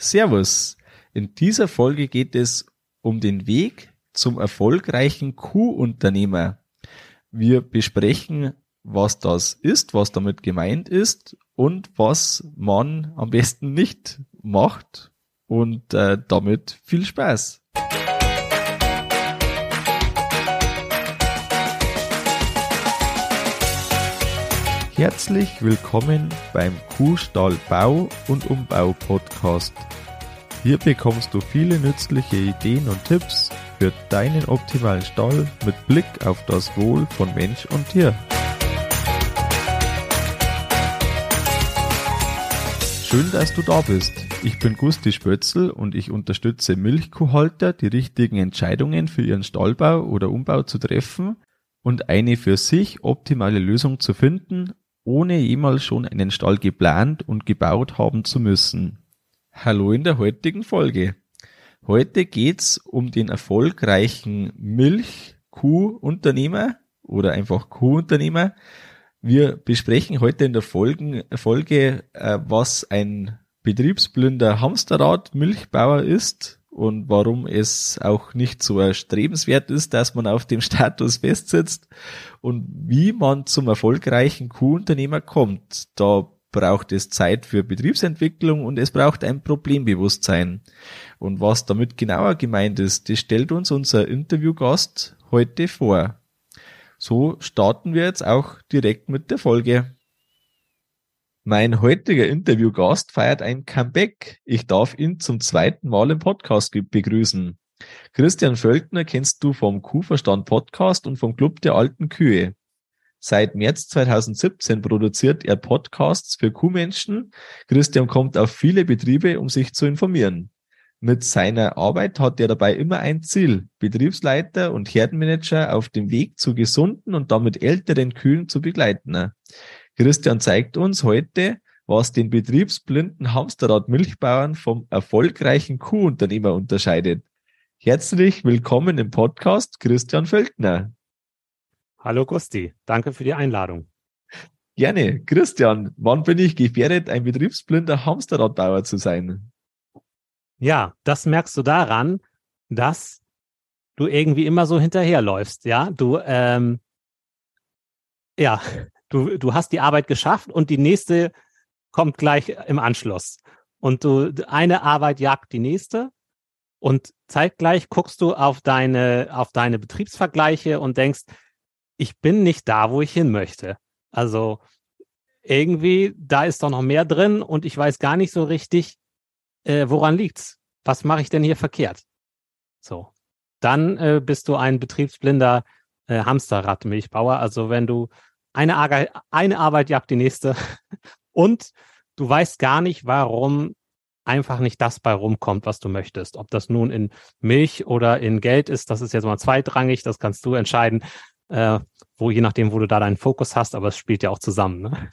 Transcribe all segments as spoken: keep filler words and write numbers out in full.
Servus. In dieser Folge geht es um den Weg zum erfolgreichen Kuhunternehmer. Wir besprechen, was das ist, was damit gemeint ist und was man am besten nicht macht. Und äh, damit viel Spaß. Herzlich willkommen beim Kuhstall Bau und Umbau Podcast. Hier bekommst du viele nützliche Ideen und Tipps für deinen optimalen Stall mit Blick auf das Wohl von Mensch und Tier. Schön, dass du da bist. Ich bin Gusti Spötzl und ich unterstütze Milchkuhhalter, die richtigen Entscheidungen für ihren Stallbau oder Umbau zu treffen und eine für sich optimale Lösung zu finden, ohne jemals schon einen Stall geplant und gebaut haben zu müssen. Hallo in der heutigen Folge. Heute geht's um den erfolgreichen Milchkuhunternehmer oder einfach Kuhunternehmer. Wir besprechen heute in der Folge, Folge äh, was ein betriebsblinder Hamsterrad-Milchbauer ist und warum es auch nicht so erstrebenswert ist, dass man auf dem Status festsitzt und wie man zum erfolgreichen Kuhunternehmer kommt. Da braucht es Zeit für Betriebsentwicklung und es braucht ein Problembewusstsein. Und was damit genauer gemeint ist, das stellt uns unser Interviewgast heute vor. So starten wir jetzt auch direkt mit der Folge. Mein heutiger Interviewgast feiert ein Comeback. Ich darf ihn zum zweiten Mal im Podcast begrüßen. Christian Völkner kennst du vom Kuhverstand Podcast und vom Club der alten Kühe. Seit März zweitausendsiebzehn produziert er Podcasts für Kuhmenschen. Christian kommt auf viele Betriebe, um sich zu informieren. Mit seiner Arbeit hat er dabei immer ein Ziel, Betriebsleiter und Herdenmanager auf dem Weg zu gesunden und damit älteren Kühen zu begleiten. Christian zeigt uns heute, was den betriebsblinden Hamsterrad-Milchbauern vom erfolgreichen Kuhunternehmer unterscheidet. Herzlich willkommen im Podcast, Christian Völkner. Hallo Gusti, danke für die Einladung. Gerne. Christian, wann bin ich gefährdet, ein betriebsblinder Hamsterradbauer zu sein? Ja, das merkst du daran, dass du irgendwie immer so hinterherläufst, ja? Du, ähm, ja, du, du hast die Arbeit geschafft und die nächste kommt gleich im Anschluss. Und du, eine Arbeit jagt die nächste und zeitgleich guckst du auf deine, auf deine Betriebsvergleiche und denkst, ich bin nicht da, wo ich hin möchte. Also irgendwie, da ist doch noch mehr drin und ich weiß gar nicht so richtig, äh, woran liegt's? Was mache ich denn hier verkehrt? So, dann äh, bist du ein betriebsblinder äh, Hamsterrad-Milchbauer. Also wenn du eine, Ar- eine Arbeit jagt die nächste und du weißt gar nicht, warum einfach nicht das bei rumkommt, was du möchtest. Ob das nun in Milch oder in Geld ist, das ist jetzt mal zweitrangig, das kannst du entscheiden. Äh, wo je nachdem, wo du da deinen Fokus hast, aber es spielt ja auch zusammen. Ne?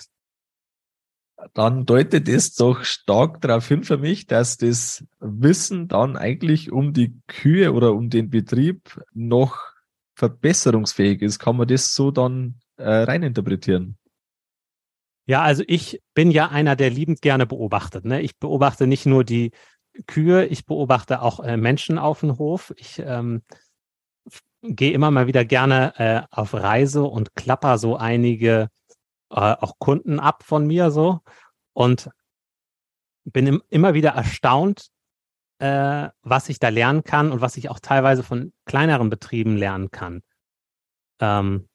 Dann deutet es doch stark darauf hin für mich, dass das Wissen dann eigentlich um die Kühe oder um den Betrieb noch verbesserungsfähig ist. Kann man das so dann äh, reininterpretieren? Ja, also ich bin ja einer, der liebend gerne beobachtet. Ne? Ich beobachte nicht nur die Kühe, ich beobachte auch äh, Menschen auf dem Hof. Ich ähm, gehe immer mal wieder gerne äh, auf Reise und klapper so einige äh, auch Kunden ab von mir so und bin im, immer wieder erstaunt, äh, was ich da lernen kann und was ich auch teilweise von kleineren Betrieben lernen kann. Ähm,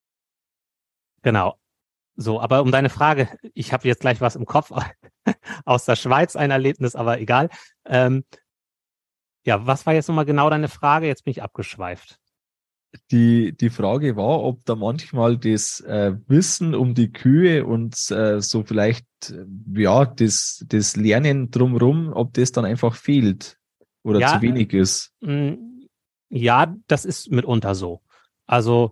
genau. So, aber um deine Frage, ich habe jetzt gleich was im Kopf aus der Schweiz, ein Erlebnis, aber egal. Ähm, ja, was war jetzt nochmal genau deine Frage? Jetzt bin ich abgeschweift. Die, die Frage war, ob da manchmal das äh, Wissen um die Kühe und äh, so vielleicht, äh, ja, das, das Lernen drumherum, ob das dann einfach fehlt oder Ja, zu wenig ist. Mh, ja, das ist mitunter so. Also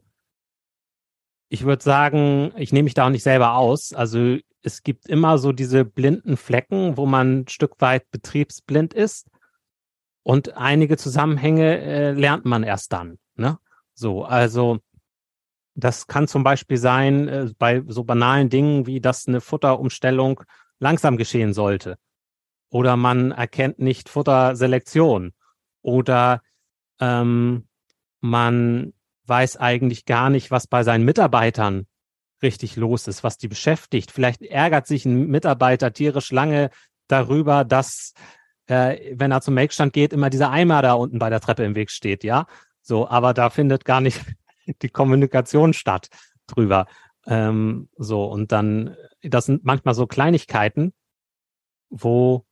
ich würde sagen, ich nehme mich da auch nicht selber aus. Also es gibt immer so diese blinden Flecken, wo man ein Stück weit betriebsblind ist und einige Zusammenhänge äh, lernt man erst dann, ne? So, also das kann zum Beispiel sein, äh, bei so banalen Dingen wie, dass eine Futterumstellung langsam geschehen sollte. oder man erkennt nicht Futterselektion oder ähm, man weiß eigentlich gar nicht, was bei seinen Mitarbeitern richtig los ist, was die beschäftigt. Vielleicht ärgert sich ein Mitarbeiter tierisch lange darüber, dass, äh, wenn er zum Melkstand geht, immer dieser Eimer da unten bei der Treppe im Weg steht, ja. So, aber da findet gar nicht die Kommunikation statt drüber. Ähm, so, und dann, das sind manchmal so Kleinigkeiten, wo,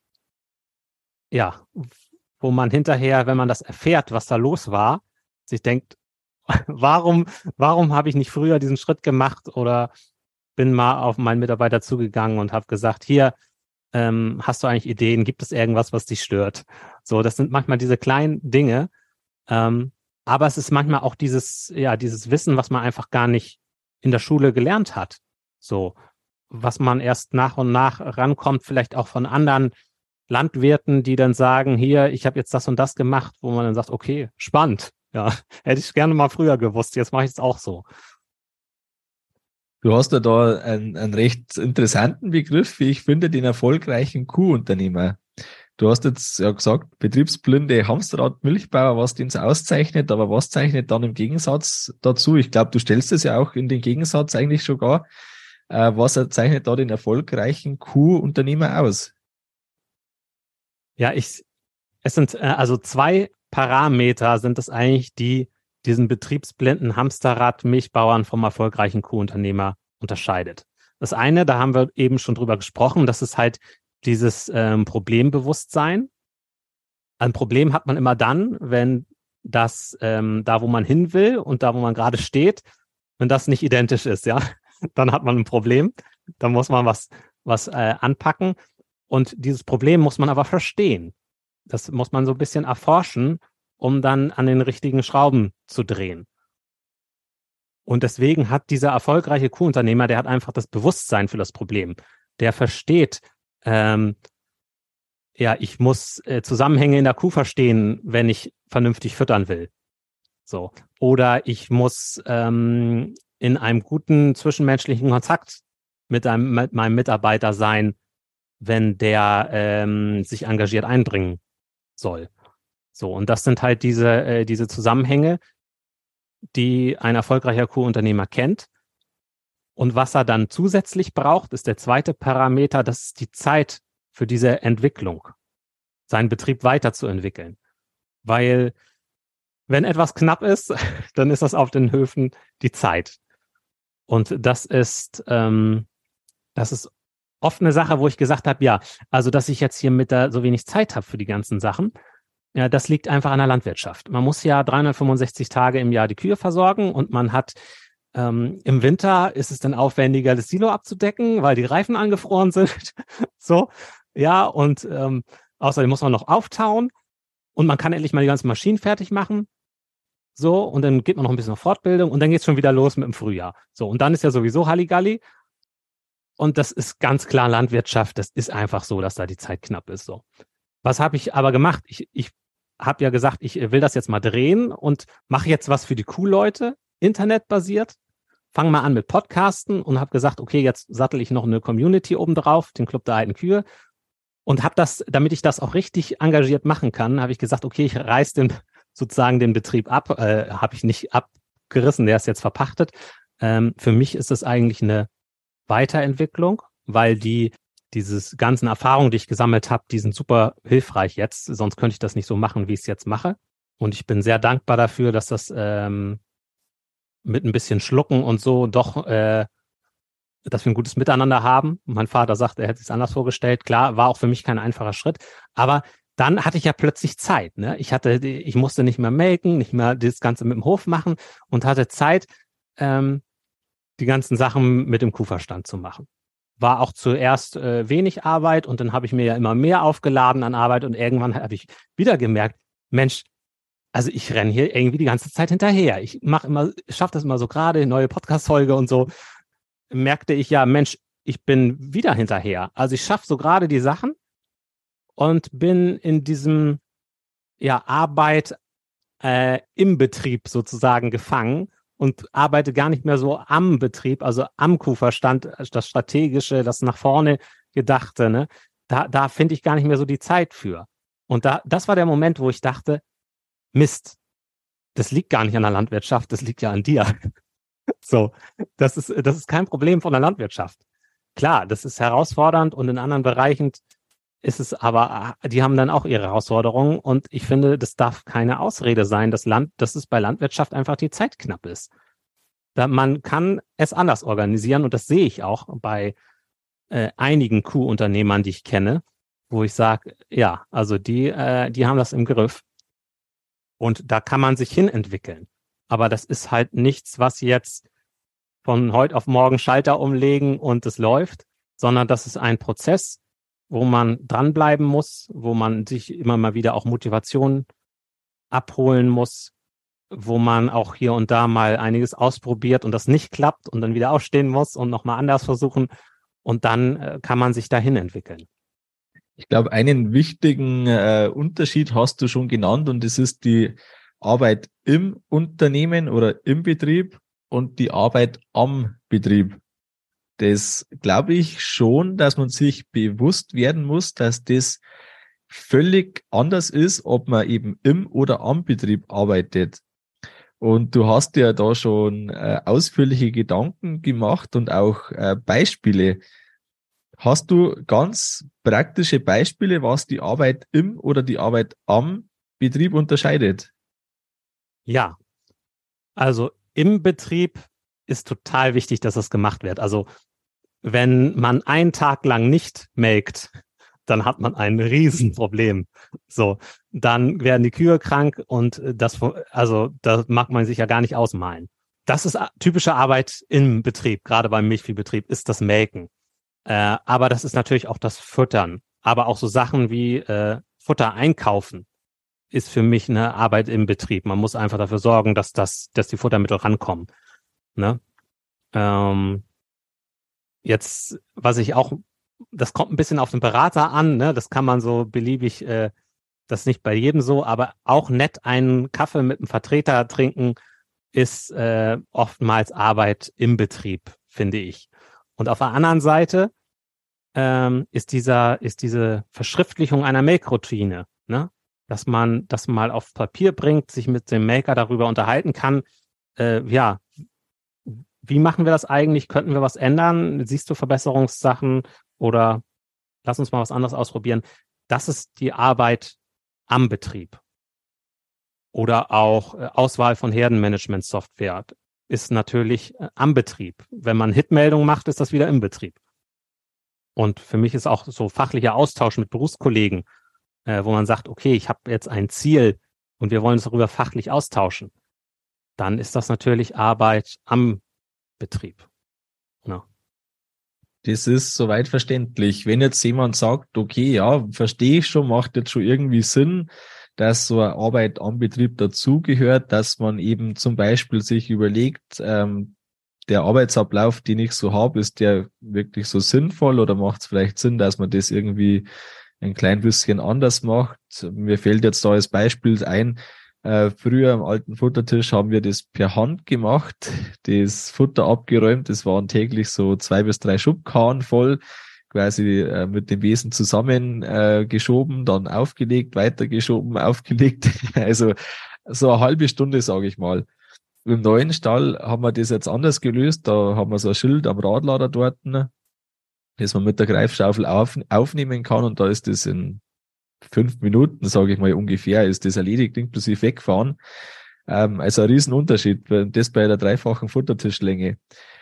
ja, wo man hinterher, wenn man das erfährt, was da los war, sich denkt, warum, warum habe ich nicht früher diesen Schritt gemacht oder bin mal auf meinen Mitarbeiter zugegangen und habe gesagt, hier, ähm, hast du eigentlich Ideen? Gibt es irgendwas, was dich stört? So, das sind manchmal diese kleinen Dinge, ähm, aber es ist manchmal auch dieses, ja, dieses Wissen, was man einfach gar nicht in der Schule gelernt hat. So, was man erst nach und nach rankommt, vielleicht auch von anderen Landwirten, die dann sagen, hier, ich habe jetzt das und das gemacht, wo man dann sagt, okay, spannend. Ja, hätte ich gerne mal früher gewusst, jetzt mache ich es auch so. Du hast ja da einen, einen recht interessanten Begriff, wie ich finde, den erfolgreichen Kuhunternehmer. Du hast jetzt ja gesagt, betriebsblinde Hamsterrad-Milchbauer, was den auszeichnet, aber was zeichnet dann im Gegensatz dazu? Ich glaube, du stellst es ja auch in den Gegensatz eigentlich sogar. Äh, was zeichnet da den erfolgreichen Kuhunternehmer aus? Ja, ich, es sind äh, also zwei Parameter sind es eigentlich, die diesen betriebsblinden Hamsterrad-Milchbauern vom erfolgreichen Kuhunternehmer unterscheidet. Das eine, da haben wir eben schon drüber gesprochen, das ist halt dieses ähm, Problembewusstsein. Ein Problem hat man immer dann, wenn das ähm, da, wo man hin will und da, wo man gerade steht, wenn das nicht identisch ist, ja, dann hat man ein Problem. Dann muss man was, was äh, anpacken. Und dieses Problem muss man aber verstehen. Das muss man so ein bisschen erforschen, um dann an den richtigen Schrauben zu drehen. Und deswegen hat dieser erfolgreiche Kuhunternehmer, der hat einfach das Bewusstsein für das Problem. Der versteht, ähm, ja, ich muss äh, Zusammenhänge in der Kuh verstehen, wenn ich vernünftig füttern will. So. Oder ich muss ähm, in einem guten zwischenmenschlichen Kontakt mit, einem, mit meinem Mitarbeiter sein, wenn der ähm, sich engagiert einbringen soll. So, und das sind halt diese, äh, diese Zusammenhänge, die ein erfolgreicher Kuhunternehmer kennt. Und was er dann zusätzlich braucht, ist der zweite Parameter, das ist die Zeit für diese Entwicklung, seinen Betrieb weiterzuentwickeln. Weil wenn etwas knapp ist, dann ist das auf den Höfen die Zeit. Und das ist, ähm, das ist oft eine Sache, wo ich gesagt habe, ja, also dass ich jetzt hier mit da so wenig Zeit habe für die ganzen Sachen, ja, das liegt einfach an der Landwirtschaft. Man muss ja dreihundertfünfundsechzig Tage im Jahr die Kühe versorgen und man hat ähm, im Winter ist es dann aufwendiger, das Silo abzudecken, weil die Reifen angefroren sind. So, ja, und ähm, außerdem muss man noch auftauen und man kann endlich mal die ganzen Maschinen fertig machen. So, und dann geht man noch ein bisschen auf Fortbildung und dann geht's schon wieder los mit dem Frühjahr. So, und dann ist ja sowieso Halligalli. Und das ist ganz klar Landwirtschaft. Das ist einfach so, dass da die Zeit knapp ist. So. Was habe ich aber gemacht? Ich, ich habe ja gesagt, ich will das jetzt mal drehen und mache jetzt was für die Kuhleute, internetbasiert. Fange mal an mit Podcasten und habe gesagt, okay, jetzt sattel ich noch eine Community oben drauf, den Club der alten Kühe. Und habe das, damit ich das auch richtig engagiert machen kann, habe ich gesagt, okay, ich reiß den sozusagen den Betrieb ab. Äh, habe ich nicht abgerissen, der ist jetzt verpachtet. Ähm, für mich ist es eigentlich eine Weiterentwicklung, weil die dieses ganzen Erfahrungen, die ich gesammelt habe, die sind super hilfreich jetzt. Sonst könnte ich das nicht so machen, wie ich es jetzt mache. Und ich bin sehr dankbar dafür, dass das ähm, mit ein bisschen Schlucken und so doch, äh, dass wir ein gutes Miteinander haben. Mein Vater sagt, er hätte es anders vorgestellt. Klar, war auch für mich kein einfacher Schritt. Aber dann hatte ich ja plötzlich Zeit. Ne? Ich hatte, ich musste nicht mehr melken, nicht mehr das Ganze mit dem Hof machen und hatte Zeit, ähm, die ganzen Sachen mit dem Kuhverstand zu machen. War auch zuerst äh, wenig Arbeit und dann habe ich mir ja immer mehr aufgeladen an Arbeit und irgendwann habe ich wieder gemerkt, Mensch, also ich renne hier irgendwie die ganze Zeit hinterher. Ich mache immer, schaffe das immer so gerade, neue Podcast-Folge und so. Merkte ich ja, Mensch, ich bin wieder hinterher. Also ich schaffe so gerade die Sachen und bin in diesem, ja, Arbeit äh, im Betrieb sozusagen gefangen und arbeite gar nicht mehr so am Betrieb, also am Kuhverstand, das Strategische, das nach vorne Gedachte, ne? da, da finde ich gar nicht mehr so die Zeit für. Und da, das war der Moment, wo ich dachte, Mist, das liegt gar nicht an der Landwirtschaft, das liegt ja an dir. So, das ist, das ist kein Problem von der Landwirtschaft. Klar, das ist herausfordernd und in anderen Bereichen ist es aber, die haben dann auch ihre Herausforderungen und ich finde, das darf keine Ausrede sein, dass Land, dass es bei Landwirtschaft einfach die Zeit knapp ist. Da, man kann es anders organisieren und das sehe ich auch bei äh, einigen Kuhunternehmern, die ich kenne, wo ich sage, ja, also die, äh, die haben das im Griff und da kann man sich hin entwickeln. Aber das ist halt nichts, was jetzt von heute auf morgen Schalter umlegen und es läuft, sondern das ist ein Prozess, wo man dranbleiben muss, wo man sich immer mal wieder auch Motivation abholen muss, wo man auch hier und da mal einiges ausprobiert und das nicht klappt und dann wieder aufstehen muss und nochmal anders versuchen und dann äh, kann man sich dahin entwickeln. Ich glaube, einen wichtigen äh, Unterschied hast du schon genannt und das ist die Arbeit im Unternehmen oder im Betrieb und die Arbeit am Betrieb. Das glaube ich schon, dass man sich bewusst werden muss, dass das völlig anders ist, ob man eben im oder am Betrieb arbeitet. Und du hast ja da schon äh, ausführliche Gedanken gemacht und auch äh, Beispiele. Hast du ganz praktische Beispiele, was die Arbeit im oder die Arbeit am Betrieb unterscheidet? Ja, also im Betrieb ist total wichtig, dass das gemacht wird. Also wenn man einen Tag lang nicht melkt, dann hat man ein Riesenproblem. So, dann werden die Kühe krank und das, also das mag man sich ja gar nicht ausmalen. Das ist typische Arbeit im Betrieb, gerade beim Milchviehbetrieb, ist das Melken. Äh, aber das ist natürlich auch das Füttern. Aber auch so Sachen wie äh, Futter einkaufen ist für mich eine Arbeit im Betrieb. Man muss einfach dafür sorgen, dass das, dass die Futtermittel rankommen. Ne? Ähm, jetzt, was ich auch, das kommt ein bisschen auf den Berater an, ne? Das kann man so beliebig, äh, das ist nicht bei jedem so, aber auch nett einen Kaffee mit einem Vertreter trinken ist äh, oftmals Arbeit im Betrieb, finde ich. Und auf der anderen Seite ähm, ist dieser, ist diese Verschriftlichung einer Melkroutine, ne? Dass man das mal auf Papier bringt, sich mit dem Melker darüber unterhalten kann. Äh, ja, wie machen wir das eigentlich? Könnten wir was ändern? Siehst du Verbesserungssachen oder lass uns mal was anderes ausprobieren? Das ist die Arbeit am Betrieb. Oder auch äh, Auswahl von Herdenmanagement-Software ist natürlich äh, am Betrieb. Wenn man Hitmeldungen macht, ist das wieder im Betrieb. Und für mich ist auch so fachlicher Austausch mit Berufskollegen, äh, wo man sagt, okay, ich habe jetzt ein Ziel und wir wollen uns darüber fachlich austauschen. Dann ist das natürlich Arbeit am Betrieb. Ja. Das ist soweit verständlich. Wenn jetzt jemand sagt, okay, ja, verstehe ich schon, macht jetzt schon irgendwie Sinn, dass so eine Arbeit am Betrieb dazugehört, dass man eben zum Beispiel sich überlegt, ähm, der Arbeitsablauf, den ich so habe, ist der wirklich so sinnvoll oder macht es vielleicht Sinn, dass man das irgendwie ein klein bisschen anders macht? Mir fällt jetzt da als Beispiel ein, äh, früher am alten Futtertisch haben wir das per Hand gemacht, das Futter abgeräumt, das waren täglich so zwei bis drei Schubkarren voll, quasi äh, mit dem Besen zusammen äh, geschoben, dann aufgelegt, weitergeschoben, aufgelegt, also so eine halbe Stunde, sage ich mal. Im neuen Stall haben wir das jetzt anders gelöst, da haben wir so ein Schild am Radlader dort, das man mit der Greifschaufel auf, aufnehmen kann und da ist das in fünf Minuten, sage ich mal ungefähr, ist das erledigt, inklusive wegfahren. Ähm, also ein Riesenunterschied, das bei der dreifachen Futtertischlänge.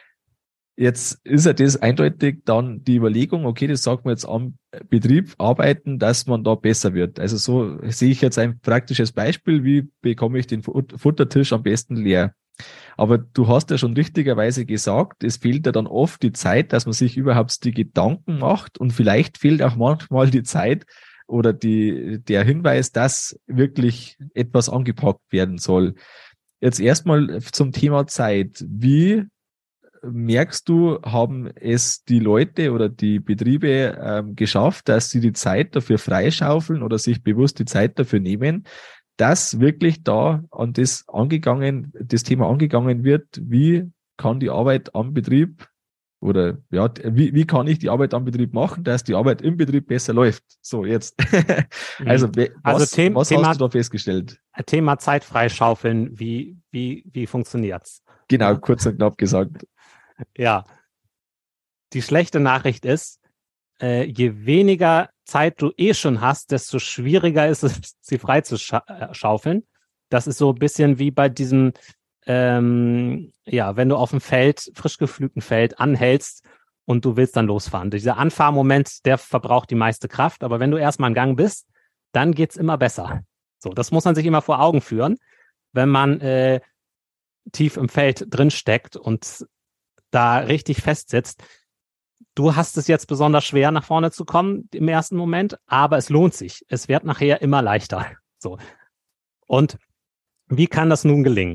Jetzt ist ja das eindeutig dann die Überlegung, okay, das sagt man jetzt am Betrieb arbeiten, dass man da besser wird. Also so sehe ich jetzt ein praktisches Beispiel, wie bekomme ich den Futtertisch am besten leer. Aber du hast ja schon richtigerweise gesagt, es fehlt ja dann oft die Zeit, dass man sich überhaupt die Gedanken macht und vielleicht fehlt auch manchmal die Zeit oder die, der Hinweis, dass wirklich etwas angepackt werden soll. Jetzt erstmal zum Thema Zeit. Wie merkst du, haben es die Leute oder die Betriebe ähm, geschafft, dass sie die Zeit dafür freischaufeln oder sich bewusst die Zeit dafür nehmen, dass wirklich da an das angegangen, das Thema angegangen wird, wie kann die Arbeit am Betrieb Oder ja, wie, wie kann ich die Arbeit am Betrieb machen, dass die Arbeit im Betrieb besser läuft? So, jetzt. Also, Also was, The- was Thema, hast du da festgestellt? Thema Zeit freischaufeln, wie, wie, wie funktioniert's? Genau, Ja? kurz und knapp gesagt. Ja, die schlechte Nachricht ist, äh, je weniger Zeit du eh schon hast, desto schwieriger ist es, sie freizuschaufeln. Das ist so ein bisschen wie bei diesem, ähm, ja, wenn du auf dem Feld, frisch gepflügten Feld anhältst und du willst dann losfahren. Dieser Anfahrmoment, der verbraucht die meiste Kraft, aber wenn du erstmal im Gang bist, dann geht's immer besser. So, das muss man sich immer vor Augen führen, wenn man äh, tief im Feld drin steckt und da richtig festsitzt. Du hast es jetzt besonders schwer, nach vorne zu kommen im ersten Moment, aber es lohnt sich. Es wird nachher immer leichter. So. Und wie kann das nun gelingen?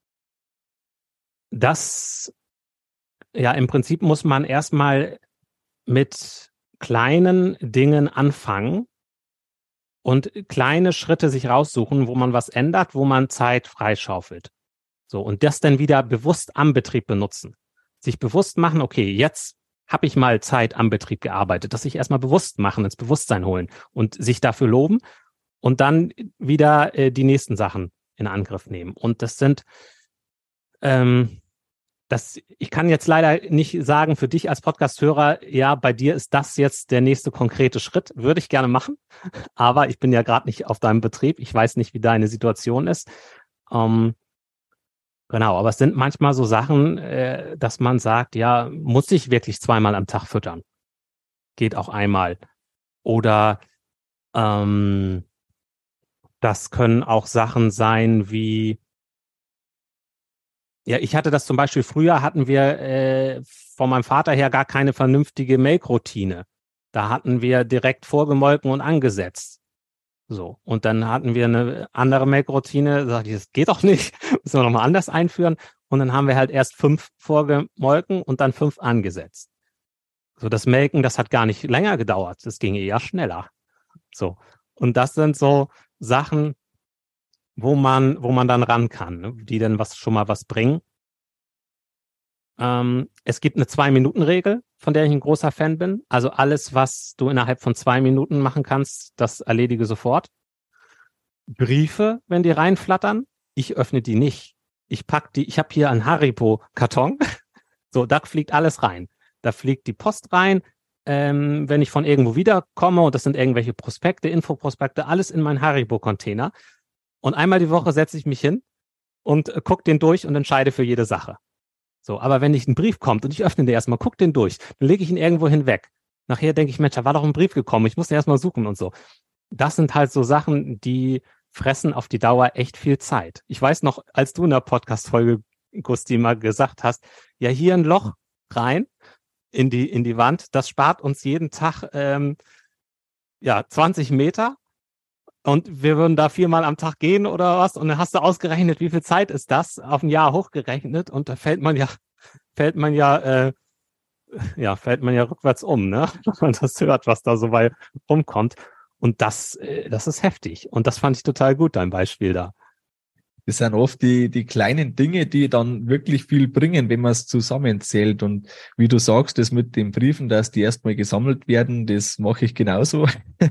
Das, ja, im Prinzip muss man erstmal mit kleinen Dingen anfangen und kleine Schritte sich raussuchen, wo man was ändert, wo man Zeit freischaufelt. So, und das dann wieder bewusst am Betrieb benutzen. Sich bewusst machen, okay, jetzt habe ich mal Zeit am Betrieb gearbeitet, das sich erstmal bewusst machen, ins Bewusstsein holen und sich dafür loben und dann wieder äh, die nächsten Sachen in Angriff nehmen. Und das sind, ähm, das, ich kann jetzt leider nicht sagen für dich als Podcast-Hörer, ja, bei dir ist das jetzt der nächste konkrete Schritt, würde ich gerne machen, aber ich bin ja gerade nicht auf deinem Betrieb, ich weiß nicht, wie deine Situation ist. Ähm, Genau, aber es sind manchmal so Sachen, äh, dass man sagt, ja, muss ich wirklich zweimal am Tag füttern? Geht auch einmal. Oder ähm, das können auch Sachen sein wie, ja, ich hatte das zum Beispiel, früher hatten wir äh, von meinem Vater her gar keine vernünftige Melkroutine. Da hatten wir direkt vorgemolken und angesetzt. So, und dann hatten wir eine andere Melkroutine, da sagte ich, das geht doch nicht, müssen wir nochmal anders einführen. Und dann haben wir halt erst fünf vorgemolken und dann fünf angesetzt. So, das Melken, das hat gar nicht länger gedauert, das ging eher schneller. So, und das sind so Sachen, wo man, wo man dann ran kann, ne? Die dann was schon mal was bringen. Ähm, es gibt eine Zwei-Minuten-Regel, von der ich ein großer Fan bin. Also alles, was du innerhalb von zwei Minuten machen kannst, das erledige sofort. Briefe, wenn die reinflattern, ich öffne die nicht. Ich pack die, ich habe hier einen Haribo-Karton. So, da fliegt alles rein. Da fliegt die Post rein. Ähm, wenn ich von irgendwo wiederkomme und das sind irgendwelche Prospekte, Infoprospekte, alles in meinen Haribo-Container. Und einmal die Woche setze ich mich hin und äh, gucke den durch und entscheide für jede Sache. So, aber wenn nicht ein Brief kommt und ich öffne den erstmal, guck den durch, dann lege ich ihn irgendwo hinweg. Nachher denke ich, Mensch, da war doch ein Brief gekommen, ich muss den erstmal suchen und so. Das sind halt so Sachen, die fressen auf die Dauer echt viel Zeit. Ich weiß noch, als du in der Podcast-Folge, Gusti, mal gesagt hast, ja, hier ein Loch rein in die, in die Wand, das spart uns jeden Tag ähm, ja, zwanzig Meter und wir würden da viermal am Tag gehen oder was und dann hast du ausgerechnet, wie viel Zeit ist das, auf ein Jahr hochgerechnet und da fällt man ja, fällt man ja, äh, ja, fällt man ja rückwärts um, ne? Wenn man das hört, was da so weit rumkommt. Und das, äh, das ist heftig. Und das fand ich total gut, dein Beispiel da. Das sind oft die, die kleinen Dinge, die dann wirklich viel bringen, wenn man es zusammenzählt. Und wie du sagst, das mit den Briefen, dass die erstmal gesammelt werden, das mache ich genauso.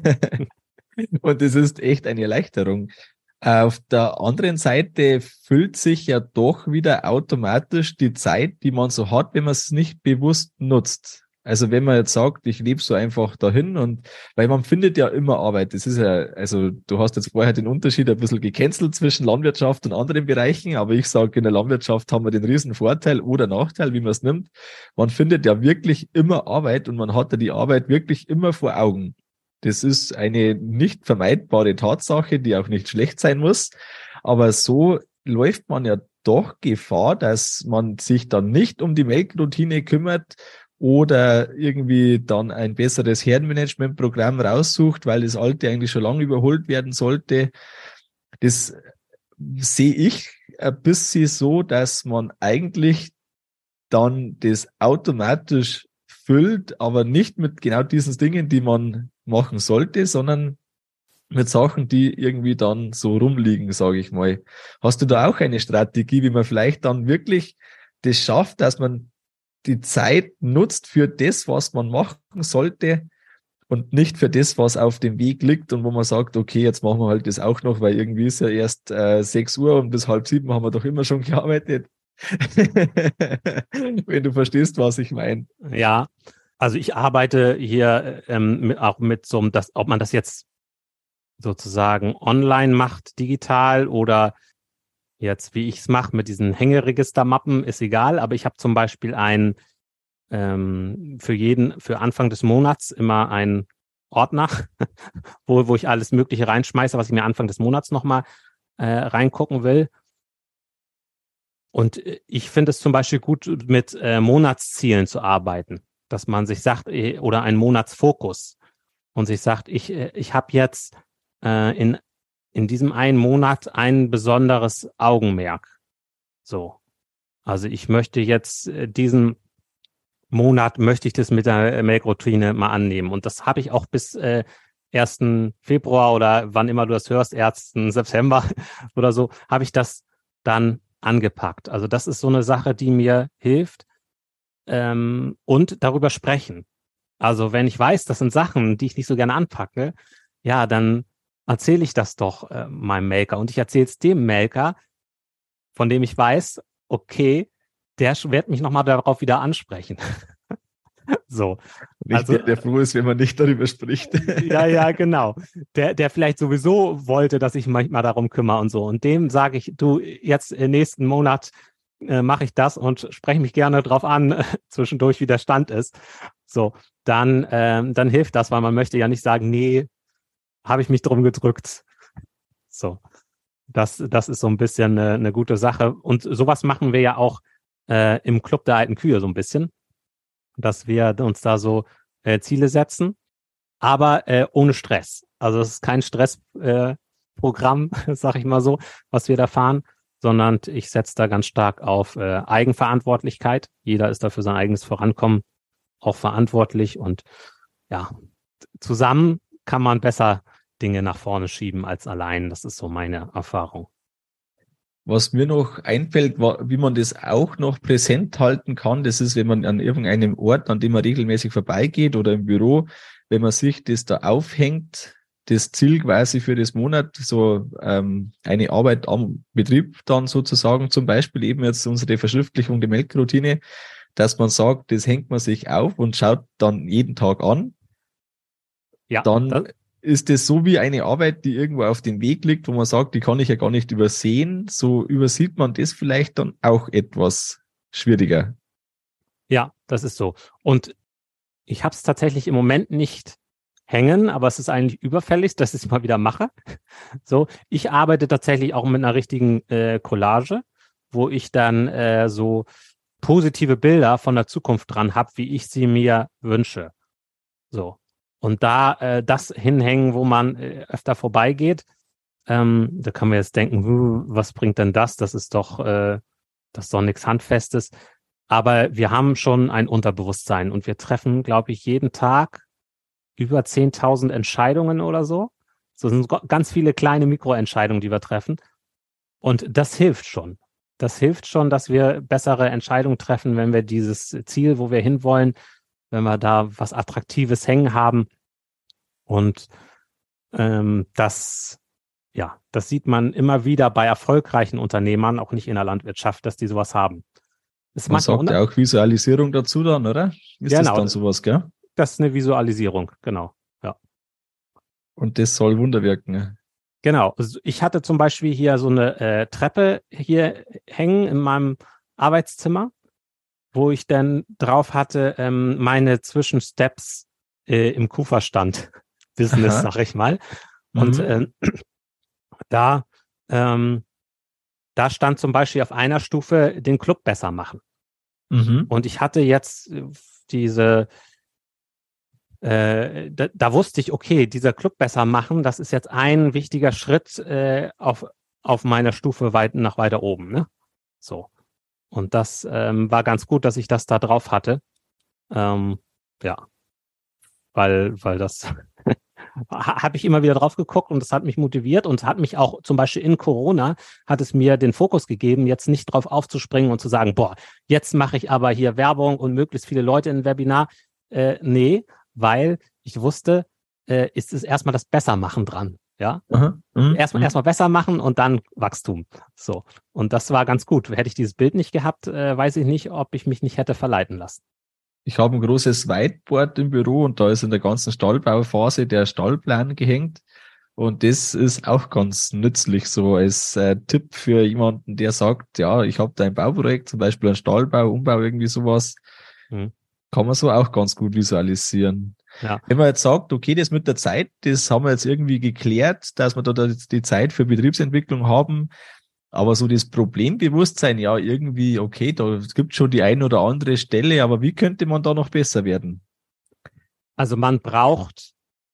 Und das ist echt eine Erleichterung. Auf der anderen Seite füllt sich ja doch wieder automatisch die Zeit, die man so hat, wenn man es nicht bewusst nutzt. Also wenn man jetzt sagt, ich lebe so einfach dahin und, weil man findet ja immer Arbeit. Das ist ja, also du hast jetzt vorher den Unterschied ein bisschen gecancelt zwischen Landwirtschaft und anderen Bereichen, aber ich sage, in der Landwirtschaft haben wir den riesen Vorteil oder Nachteil, wie man es nimmt. Man findet ja wirklich immer Arbeit und man hat ja die Arbeit wirklich immer vor Augen. Das ist eine nicht vermeidbare Tatsache, die auch nicht schlecht sein muss. Aber so läuft man ja doch Gefahr, dass man sich dann nicht um die Melkroutine kümmert oder irgendwie dann ein besseres Herdenmanagementprogramm raussucht, weil das alte eigentlich schon lange überholt werden sollte. Das sehe ich ein bisschen so, dass man eigentlich dann das automatisch füllt, aber nicht mit genau diesen Dingen, die man machen sollte, sondern mit Sachen, die irgendwie dann so rumliegen, sage ich mal. Hast du da auch eine Strategie, wie man vielleicht dann wirklich das schafft, dass man die Zeit nutzt für das, was man machen sollte und nicht für das, was auf dem Weg liegt und wo man sagt, okay, jetzt machen wir halt das auch noch, weil irgendwie ist ja erst äh, sechs Uhr und bis halb sieben haben wir doch immer schon gearbeitet. Wenn du verstehst, was ich meine. Ja, also ich arbeite hier ähm, mit, auch mit so einem, das, ob man das jetzt sozusagen online macht, digital oder jetzt, wie ich es mache, mit diesen Hängeregistermappen, ist egal, aber ich habe zum Beispiel ein ähm, für jeden, für Anfang des Monats immer einen Ordner, wo, wo ich alles Mögliche reinschmeiße, was ich mir Anfang des Monats nochmal äh, reingucken will. Und ich finde es zum Beispiel gut, mit äh, Monatszielen zu arbeiten, dass man sich sagt, äh, oder einen Monatsfokus und sich sagt, ich, äh, ich habe jetzt äh, in, in diesem einen Monat ein besonderes Augenmerk. So. Also ich möchte jetzt äh, diesen Monat, möchte ich das mit der Melkroutine mal annehmen. Und das habe ich auch bis äh, ersten Februar oder wann immer du das hörst, ersten September oder so, habe ich das dann angepackt. Also das ist so eine Sache, die mir hilft ähm, und darüber sprechen. Also wenn ich weiß, das sind Sachen, die ich nicht so gerne anpacke, ja, dann erzähle ich das doch äh, meinem Melker und ich erzähle es dem Melker, von dem ich weiß, okay, der wird mich nochmal darauf wieder ansprechen. So. Nicht Also, der, der froh ist, wenn man nicht darüber spricht. Ja, ja, genau. Der, der vielleicht sowieso wollte, dass ich mich mal darum kümmere und so. Und dem sage ich, du, jetzt im nächsten Monat äh, mache ich das und spreche mich gerne drauf an, äh, zwischendurch, wie der Stand ist. So, dann, ähm, dann hilft das, weil man möchte ja nicht sagen, nee, habe ich mich drum gedrückt. So, das, das ist so ein bisschen eine, eine gute Sache. Und sowas machen wir ja auch äh, im Club der alten Kühe so ein bisschen, dass wir uns da so äh, Ziele setzen, aber äh, ohne Stress. Also es ist kein Stressprogramm, äh, Programm, sag ich mal so, was wir da fahren, sondern ich setze da ganz stark auf äh, Eigenverantwortlichkeit. Jeder ist dafür sein eigenes Vorankommen auch verantwortlich und ja, zusammen kann man besser Dinge nach vorne schieben als allein. Das ist so meine Erfahrung. Was mir noch einfällt, wie man das auch noch präsent halten kann, das ist, wenn man an irgendeinem Ort, an dem man regelmäßig vorbeigeht oder im Büro, wenn man sich das da aufhängt, das Ziel quasi für das Monat, so ähm, eine Arbeit am Betrieb dann sozusagen, zum Beispiel eben jetzt unsere Verschriftlichung der Melkroutine, dass man sagt, das hängt man sich auf und schaut dann jeden Tag an. Ja, dann das, ist es so wie eine Arbeit, die irgendwo auf dem Weg liegt, wo man sagt, die kann ich ja gar nicht übersehen. So übersieht man das vielleicht dann auch etwas schwieriger. ja, das ist so. Und ich habe es tatsächlich im Moment nicht hängen, aber es ist eigentlich überfällig, dass ich es mal wieder mache. So, ich arbeite tatsächlich auch mit einer richtigen äh, Collage, wo ich dann äh, so positive Bilder von der Zukunft dran habe, wie ich sie mir wünsche. So. Und da äh, das hinhängen, wo man äh, öfter vorbeigeht, ähm, da kann man jetzt denken, hm, was bringt denn das? Das ist doch, äh, das ist doch nichts Handfestes. Aber wir haben schon ein Unterbewusstsein und wir treffen, glaube ich, jeden Tag über zehntausend Entscheidungen oder so. So sind ganz viele kleine Mikroentscheidungen, die wir treffen. Und das hilft schon. Das hilft schon, dass wir bessere Entscheidungen treffen, wenn wir dieses Ziel, wo wir hinwollen, wenn wir da was Attraktives hängen haben. Und ähm, das, ja, das sieht man immer wieder bei erfolgreichen Unternehmern, auch nicht in der Landwirtschaft, dass die sowas haben. Das man sagt ja auch Visualisierung dazu dann, oder? Ist genau, das dann sowas, gell? Das ist eine Visualisierung, genau, ja. Und das soll Wunder wirken. Genau. Ich hatte zum Beispiel hier so eine äh, Treppe hier hängen in meinem Arbeitszimmer, wo ich dann drauf hatte, ähm, meine Zwischensteps äh, im Kuferstand Business, sag ich mal. Und mhm. äh, da, ähm, da stand zum Beispiel auf einer Stufe den Club besser machen. Mhm. Und ich hatte jetzt diese, äh, da, da wusste ich, okay, dieser Club besser machen, das ist jetzt ein wichtiger Schritt äh, auf, auf meiner Stufe weit, nach weiter oben. Ne? So. Und das ähm, war ganz gut, dass ich das da drauf hatte. Ähm, ja. Weil, weil das ha, habe ich immer wieder drauf geguckt und das hat mich motiviert und hat mich auch zum Beispiel in Corona, hat es mir den Fokus gegeben, jetzt nicht drauf aufzuspringen und zu sagen, boah, jetzt mache ich aber hier Werbung und möglichst viele Leute in ein Webinar. Äh, nee, weil ich wusste, äh, ist es erstmal das Bessermachen dran. Ja, Aha. Mhm. erstmal Mhm. erstmal besser machen und dann Wachstum. So. Und das war ganz gut. Hätte ich dieses Bild nicht gehabt, äh, weiß ich nicht, ob ich mich nicht hätte verleiten lassen. Ich habe ein großes Whiteboard im Büro und da ist in der ganzen Stallbauphase der Stallplan gehängt. Und das ist auch ganz nützlich, so als äh, Tipp für jemanden, der sagt, ja, ich habe da ein Bauprojekt, zum Beispiel ein Stallbau, Umbau, irgendwie sowas, Mhm. kann man so auch ganz gut visualisieren. Ja. Wenn man jetzt sagt, okay, das mit der Zeit, das haben wir jetzt irgendwie geklärt, dass wir da jetzt die Zeit für Betriebsentwicklung haben, aber so das Problembewusstsein, ja, irgendwie, okay, da gibt schon die ein oder andere Stelle, aber wie könnte man da noch besser werden? Also man braucht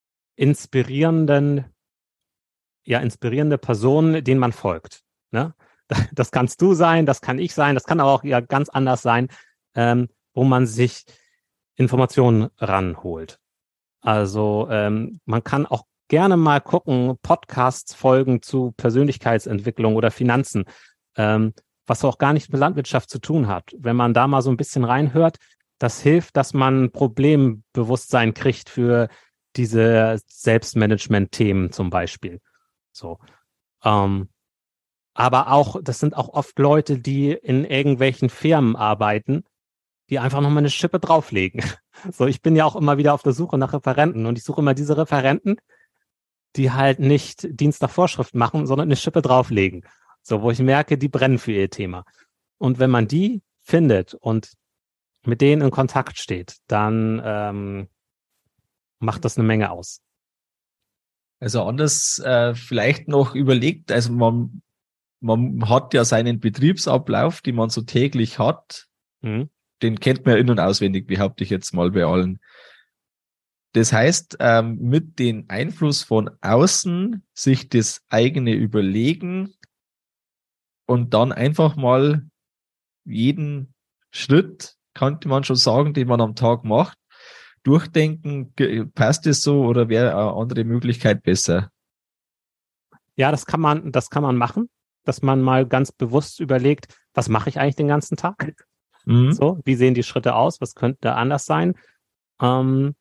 inspirierenden, ja, inspirierende Personen, denen man folgt. Ne? Das kannst du sein, das kann ich sein, das kann aber auch ja ganz anders sein, ähm, wo man sich Informationen ranholt. Also ähm, man kann auch gerne mal gucken, Podcasts folgen zu Persönlichkeitsentwicklung oder Finanzen, ähm, was auch gar nichts mit Landwirtschaft zu tun hat. Wenn man da mal so ein bisschen reinhört, das hilft, dass man Problembewusstsein kriegt für diese Selbstmanagement-Themen zum Beispiel. So. Ähm, aber auch, das sind auch oft Leute, die in irgendwelchen Firmen arbeiten, die einfach nochmal eine Schippe drauflegen. So, ich bin ja auch immer wieder auf der Suche nach Referenten und ich suche immer diese Referenten, die halt nicht Dienst nach Vorschrift machen, sondern eine Schippe drauflegen. So, wo ich merke, die brennen für ihr Thema. Und wenn man die findet und mit denen in Kontakt steht, dann ähm, macht das eine Menge aus. Also anders äh, vielleicht noch überlegt, also man, man hat ja seinen Betriebsablauf, den man so täglich hat, Mhm. den kennt man ja in- und auswendig, behaupte ich jetzt mal bei allen. Das heißt, ähm, mit dem Einfluss von außen sich das eigene überlegen und dann einfach mal jeden Schritt, könnte man schon sagen, den man am Tag macht, durchdenken, ge- passt es so oder wäre eine andere Möglichkeit besser? Ja, das kann man, das kann man machen, dass man mal ganz bewusst überlegt, was mache ich eigentlich den ganzen Tag? Mhm. So, wie sehen die Schritte aus? Was könnte anders sein? Ähm,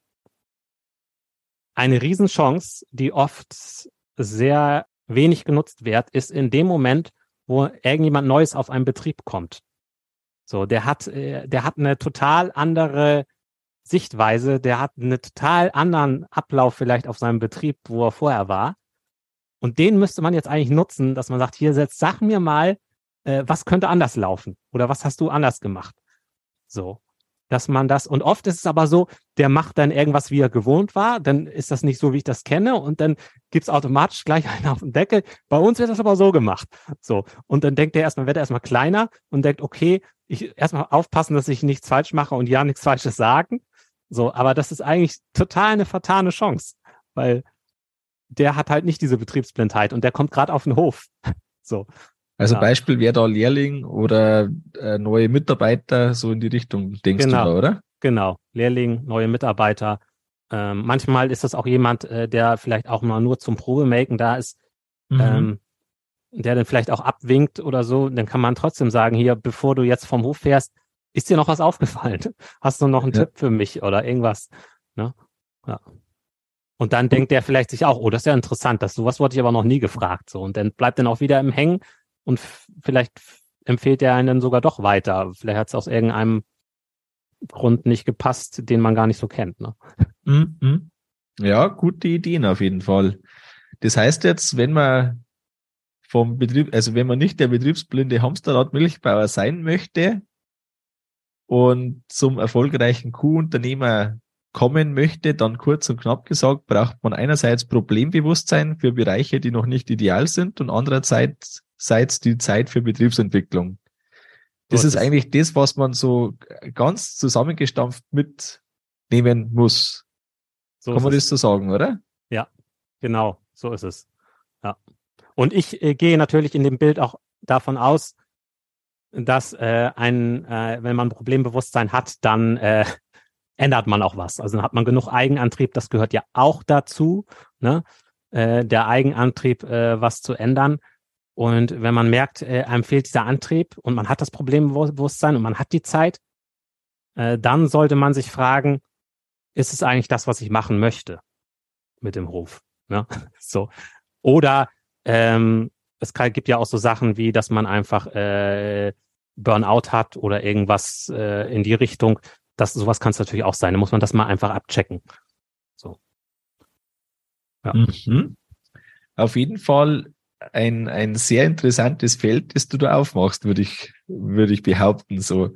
eine Riesenchance, die oft sehr wenig genutzt wird, ist in dem Moment, wo irgendjemand Neues auf einen Betrieb kommt. So, der hat, äh, der hat eine total andere Sichtweise, der hat einen total anderen Ablauf vielleicht auf seinem Betrieb, wo er vorher war. Und den müsste man jetzt eigentlich nutzen, dass man sagt, hier, setz, sag mir mal, äh, was könnte anders laufen? Oder was hast du anders gemacht? So, dass man das, und oft ist es aber so, der macht dann irgendwas, wie er gewohnt war, dann ist das nicht so, wie ich das kenne, und dann gibt's automatisch gleich einen auf den Deckel. Bei uns wird das aber so gemacht. So, und dann denkt er erstmal, wird er erstmal kleiner und denkt, okay, ich erstmal aufpassen, dass ich nichts falsch mache und ja nichts Falsches sagen. So, aber das ist eigentlich total eine vertane Chance, weil der hat halt nicht diese Betriebsblindheit und der kommt gerade auf den Hof. So. Also Ja, Beispiel wäre da Lehrling oder äh, neue Mitarbeiter, so in die Richtung, denkst du da, genau, oder? genau. Lehrling, neue Mitarbeiter. Ähm, manchmal ist das auch jemand, äh, der vielleicht auch mal nur zum Probemaken da ist, Mhm. ähm, der dann vielleicht auch abwinkt oder so. Dann kann man trotzdem sagen, hier, bevor du jetzt vom Hof fährst, ist dir noch was aufgefallen? Hast du noch einen Ja. Tipp für mich oder irgendwas? Ne? Ja. Und dann denkt der vielleicht sich auch, oh, das ist ja interessant, das sowas wurde ich aber noch nie gefragt. So, und dann bleibt dann auch wieder im Hängen und f- vielleicht f- empfiehlt er einen dann sogar doch weiter. Vielleicht hat es aus irgendeinem Grund nicht gepasst, den man gar nicht so kennt. Ne? Mhm. Mhm. Ja, gute Ideen auf jeden Fall. Das heißt jetzt, wenn man vom Betrieb, also wenn man nicht der betriebsblinde Hamsterrad-Milchbauer sein möchte und zum erfolgreichen Kuhunternehmer kommen möchte, dann kurz und knapp gesagt, braucht man einerseits Problembewusstsein für Bereiche, die noch nicht ideal sind und andererseits seits die Zeit für Betriebsentwicklung. So Das ist ist es. eigentlich das, was man so ganz zusammengestampft mitnehmen muss. So Kann ist man es. das so sagen, oder? Ja, genau, so ist es. Ja. Und ich äh, gehe natürlich in dem Bild auch davon aus, dass äh, ein, äh, wenn man Problembewusstsein hat, dann äh, ändert man auch was. Also dann hat man genug Eigenantrieb, das gehört ja auch dazu, ne? Äh, der Eigenantrieb, äh, was zu ändern. Und wenn man merkt, äh, einem fehlt dieser Antrieb und man hat das Problembewusstsein und man hat die Zeit, äh, dann sollte man sich fragen, ist es eigentlich das, was ich machen möchte mit dem Hof? Ne? So. Oder ähm, es kann, gibt ja auch so Sachen wie, dass man einfach äh, Burnout hat oder irgendwas äh, in die Richtung. Das, sowas kann es natürlich auch sein. Da muss man das mal einfach abchecken. So. Ja. Mhm. Auf jeden Fall ein, ein sehr interessantes Feld, das du da aufmachst, würde ich, würde ich behaupten. So,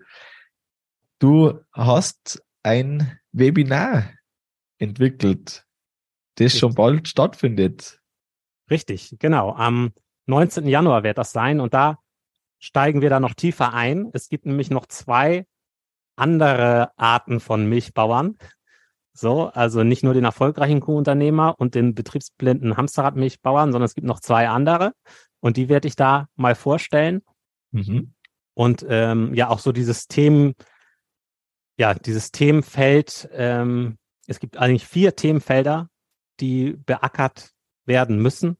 du hast ein Webinar entwickelt, das Richtig. schon bald stattfindet. Richtig, genau. Am neunzehnten Januar wird das sein und da steigen wir da noch tiefer ein. Es gibt nämlich noch zwei andere Arten von Milchbauern. So, also nicht nur den erfolgreichen Kuhunternehmer und den betriebsblinden Hamsterrad-Milchbauern, sondern es gibt noch zwei andere und die werde ich da mal vorstellen. Mhm. Und ähm, ja, auch so dieses Themen, ja, dieses Themenfeld, ähm, es gibt eigentlich vier Themenfelder, die beackert werden müssen,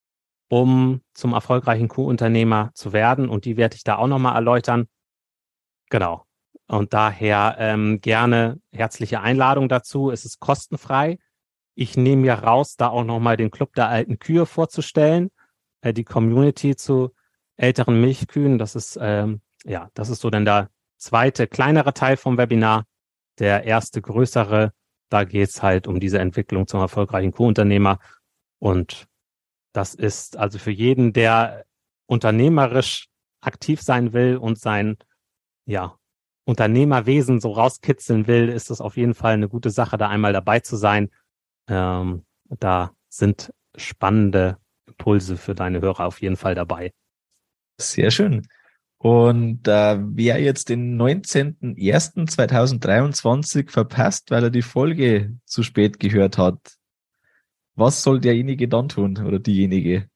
um zum erfolgreichen Kuhunternehmer zu werden. Und die werde ich da auch nochmal erläutern. Genau. Und daher ähm, gerne herzliche Einladung dazu. Es ist kostenfrei. Ich nehme mir raus, da auch nochmal den Club der alten Kühe vorzustellen, äh, die Community zu älteren Milchkühen. Das ist, ähm, ja, das ist so dann der zweite, kleinere Teil vom Webinar. Der erste, größere, da geht es halt um diese Entwicklung zum erfolgreichen Kuhunternehmer. Und das ist also für jeden, der unternehmerisch aktiv sein will und sein, ja, Unternehmerwesen so rauskitzeln will, ist das auf jeden Fall eine gute Sache, da einmal dabei zu sein. Ähm, da sind spannende Impulse für deine Hörer auf jeden Fall dabei. Sehr schön. Und äh, wer jetzt den neunzehnten ersten zweitausenddreiundzwanzig verpasst, weil er die Folge zu spät gehört hat, was soll derjenige dann tun oder diejenige?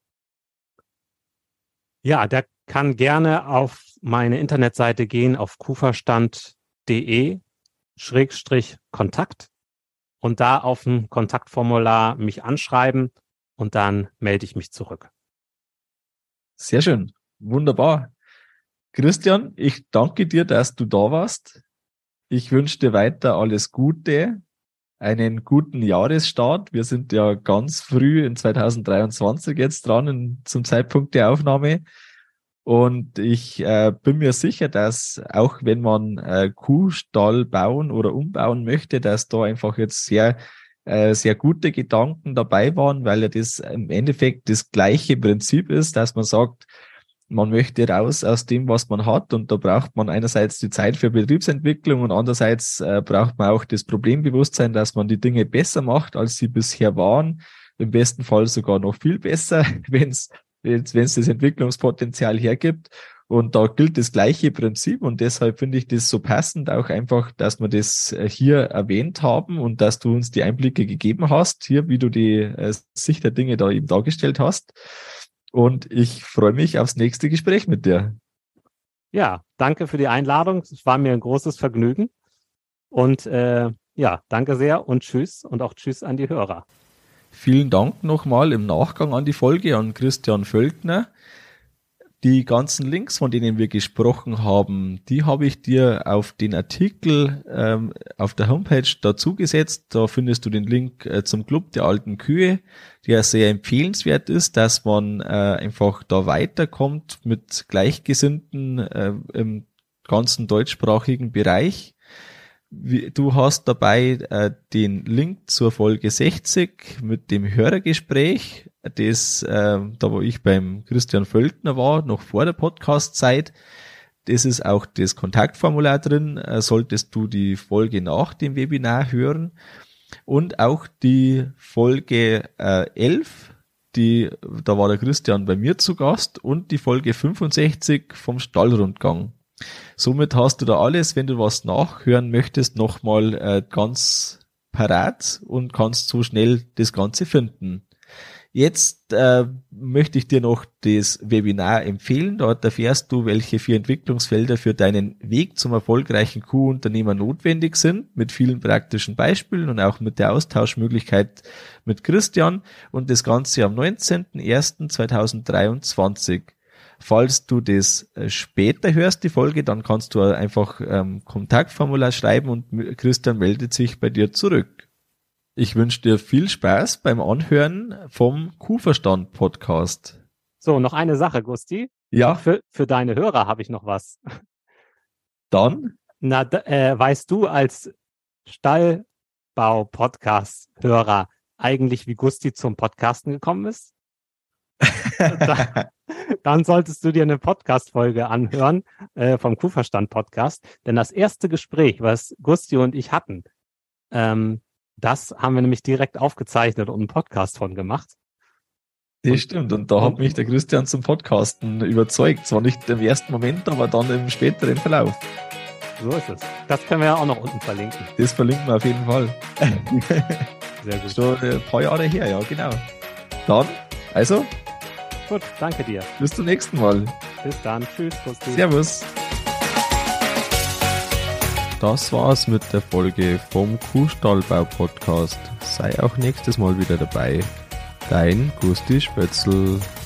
Ja, der kann gerne auf meine Internetseite gehen, auf kuferstand.de Schrägstrich Kontakt und da auf dem Kontaktformular mich anschreiben und dann melde ich mich zurück. Sehr schön. Wunderbar. Christian, ich danke dir, dass du da warst. Ich wünsche dir weiter alles Gute, einen guten Jahresstart. Wir sind ja ganz früh in zweitausenddreiundzwanzig jetzt dran, in, zum Zeitpunkt der Aufnahme. Und ich äh, bin mir sicher, dass auch wenn man äh, Kuhstall bauen oder umbauen möchte, dass da einfach jetzt sehr, äh, sehr gute Gedanken dabei waren, weil ja das im Endeffekt das gleiche Prinzip ist, dass man sagt, man möchte raus aus dem, was man hat, und da braucht man einerseits die Zeit für Betriebsentwicklung und andererseits äh, braucht man auch das Problembewusstsein, dass man die Dinge besser macht, als sie bisher waren. Im besten Fall sogar noch viel besser, wenn es wenn es das Entwicklungspotenzial hergibt. Und da gilt das gleiche Prinzip und deshalb finde ich das so passend auch einfach, dass wir das hier erwähnt haben und dass du uns die Einblicke gegeben hast, hier, wie du die äh, Sicht der Dinge da eben dargestellt hast. Und ich freue mich aufs nächste Gespräch mit dir. Ja, danke für die Einladung. Es war mir ein großes Vergnügen. Und äh, ja, danke sehr und tschüss und auch tschüss an die Hörer. Vielen Dank nochmal im Nachgang an die Folge an Christian Völkner. Die ganzen Links, von denen wir gesprochen haben, die habe ich dir auf den Artikel ähm, auf der Homepage dazu gesetzt. Da findest du den Link äh, zum Club der alten Kühe, der sehr empfehlenswert ist, dass man äh, einfach da weiterkommt mit Gleichgesinnten äh, im ganzen deutschsprachigen Bereich. Du hast dabei äh, den Link zur Folge sechzig mit dem Hörergespräch, das äh, da wo ich beim Christian Völkner war, noch vor der Podcast-Zeit. Das ist auch das Kontaktformular drin, äh, solltest du die Folge nach dem Webinar hören. Und auch die Folge äh, elf, die, da war der Christian bei mir zu Gast, und die Folge fünfundsechzig vom Stallrundgang. Somit hast du da alles, wenn du was nachhören möchtest, nochmal äh, ganz parat und kannst so schnell das Ganze finden. Jetzt äh, möchte ich dir noch das Webinar empfehlen. Dort erfährst du, welche vier Entwicklungsfelder für deinen Weg zum erfolgreichen Q-Unternehmer notwendig sind, mit vielen praktischen Beispielen und auch mit der Austauschmöglichkeit mit Christian. Und das Ganze am neunzehnten ersten zweitausenddreiundzwanzig. Falls du das später hörst, die Folge, dann kannst du einfach ähm, Kontaktformular schreiben und Christian meldet sich bei dir zurück. Ich wünsche dir viel Spaß beim Anhören vom Kuhverstand-Podcast. So, noch eine Sache, Gusti. Ja. Für, für deine Hörer habe ich noch was. Dann? Na, äh, weißt du als Stallbau-Podcast-Hörer eigentlich, wie Gusti zum Podcasten gekommen ist? da, dann solltest du dir eine Podcast-Folge anhören äh, vom Kuhverstand-Podcast. Denn das erste Gespräch, was Gusti und ich hatten, ähm, das haben wir nämlich direkt aufgezeichnet und einen Podcast von gemacht. Das stimmt. Und da hat mich der Christian zum Podcasten überzeugt. Zwar nicht im ersten Moment, aber dann im späteren Verlauf. So ist es. Das können wir ja auch noch unten verlinken. Das verlinken wir auf jeden Fall. Sehr gut. Schon ein paar Jahre her, ja, genau. Dann, also. Gut, danke dir. Bis zum nächsten Mal. Bis dann. Tschüss, Gusti. Servus. Das war's mit der Folge vom Kuhstallbau-Podcast. Sei auch nächstes Mal wieder dabei. Dein Gusti Spötzl.